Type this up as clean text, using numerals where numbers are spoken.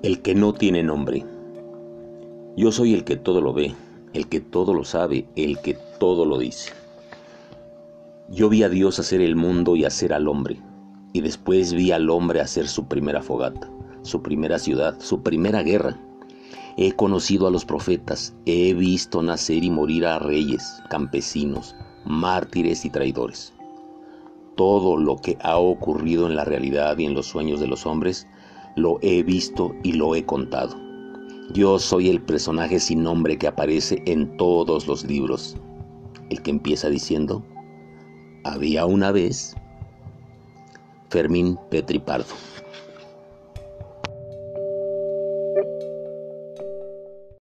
El que no tiene nombre. Yo soy el que todo lo ve, el que todo lo sabe, el que todo lo dice. Yo vi a Dios hacer el mundo y hacer al hombre, y después vi al hombre hacer su primera fogata, su primera ciudad, su primera guerra. He conocido a los profetas, he visto nacer y morir a reyes, campesinos, mártires y traidores. Todo lo que ha ocurrido en la realidad y en los sueños de los hombres, lo he visto y lo he contado. Yo soy el personaje sin nombre que aparece en todos los libros. El que empieza diciendo: había una vez. Fermín Petri Pardo.